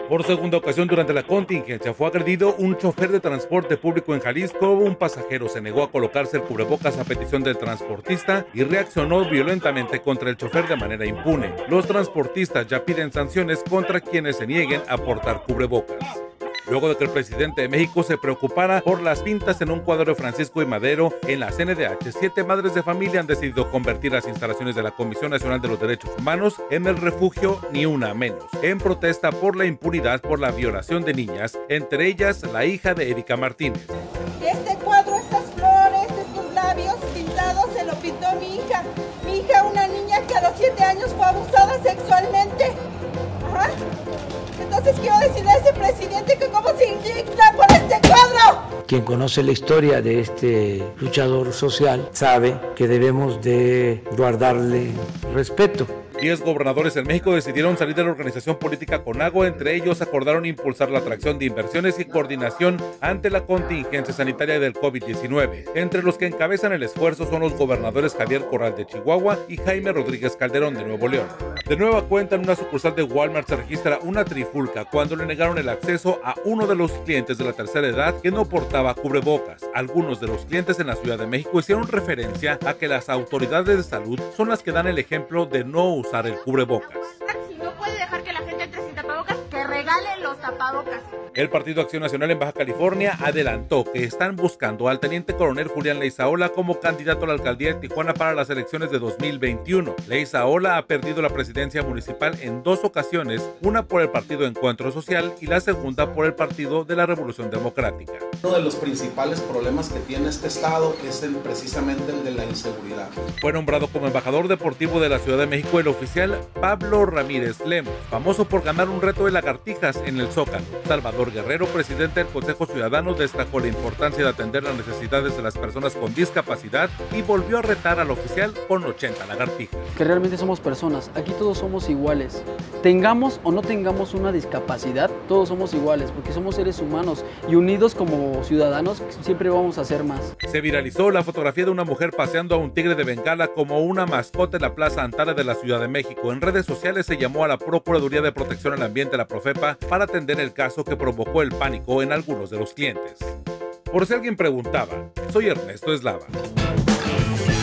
Por segunda ocasión durante la contingencia fue agredido un chofer de transporte público en Jalisco. Un pasajero se negó a colocarse el cubrebocas a petición del transportista y reaccionó violentamente contra el chofer de manera impune. Los transportistas ya piden sanciones contra quienes se nieguen a portar cubrebocas. Luego de que el presidente de México se preocupara por las pintas en un cuadro de Francisco I. Madero en la CNDH, 7 madres de familia han decidido convertir las instalaciones de la Comisión Nacional de los Derechos Humanos en el refugio Ni Una Menos, en protesta por la impunidad por la violación de niñas, entre ellas la hija de Erika Martínez. Este cuadro, estas flores, estos labios pintados, se lo pintó mi hija. Mi hija, una niña que a los 7 años fue abusada sexualmente. Ajá. Entonces quiero decirle a ese presidente que cómo se indigna por este cuadro. Quien conoce la historia de este luchador social sabe que debemos de guardarle respeto. 10 gobernadores en México decidieron salir de la organización política CONAGO. Entre ellos acordaron impulsar la atracción de inversiones y coordinación ante la contingencia sanitaria del COVID-19. Entre los que encabezan el esfuerzo son los gobernadores Javier Corral de Chihuahua y Jaime Rodríguez Calderón de Nuevo León. De nueva cuenta, en una sucursal de Walmart se registra una trifulca cuando le negaron el acceso a uno de los clientes de la tercera edad que no portaba cubrebocas. Algunos de los clientes en la Ciudad de México hicieron referencia a que las autoridades de salud son las que dan el ejemplo de no usar el cubrebocas. Si no puede dejar que la gente entre sin tapabocas, que regalen los tapabocas. El Partido Acción Nacional en Baja California adelantó que están buscando al teniente coronel Julián Leizaola como candidato a la alcaldía de Tijuana para las elecciones de 2021. Leizaola ha perdido la presidencia municipal en 2 ocasiones, una por el Partido Encuentro Social y la segunda por el Partido de la Revolución Democrática. Uno de los principales problemas que tiene este estado es precisamente el de la inseguridad. Fue nombrado como embajador deportivo de la Ciudad de México el oficial Pablo Ramírez Lemos, famoso por ganar un reto de lagartijas en el Zócalo. Salvador Guerrero, presidente del Consejo Ciudadano, destacó la importancia de atender las necesidades de las personas con discapacidad y volvió a retar al oficial con 80 lagartijas. Que realmente somos personas, aquí todos somos iguales. Tengamos o no tengamos una discapacidad, todos somos iguales porque somos seres humanos y unidos como ciudadanos siempre vamos a hacer más. Se viralizó la fotografía de una mujer paseando a un tigre de Bengala como una mascota en la Plaza Antara de la Ciudad de México. En redes sociales se llamó a la Procuraduría de Protección al Ambiente, la Profepa, para atender el caso que provocó el pánico en algunos de los clientes. Por si alguien preguntaba, soy Ernesto Eslava.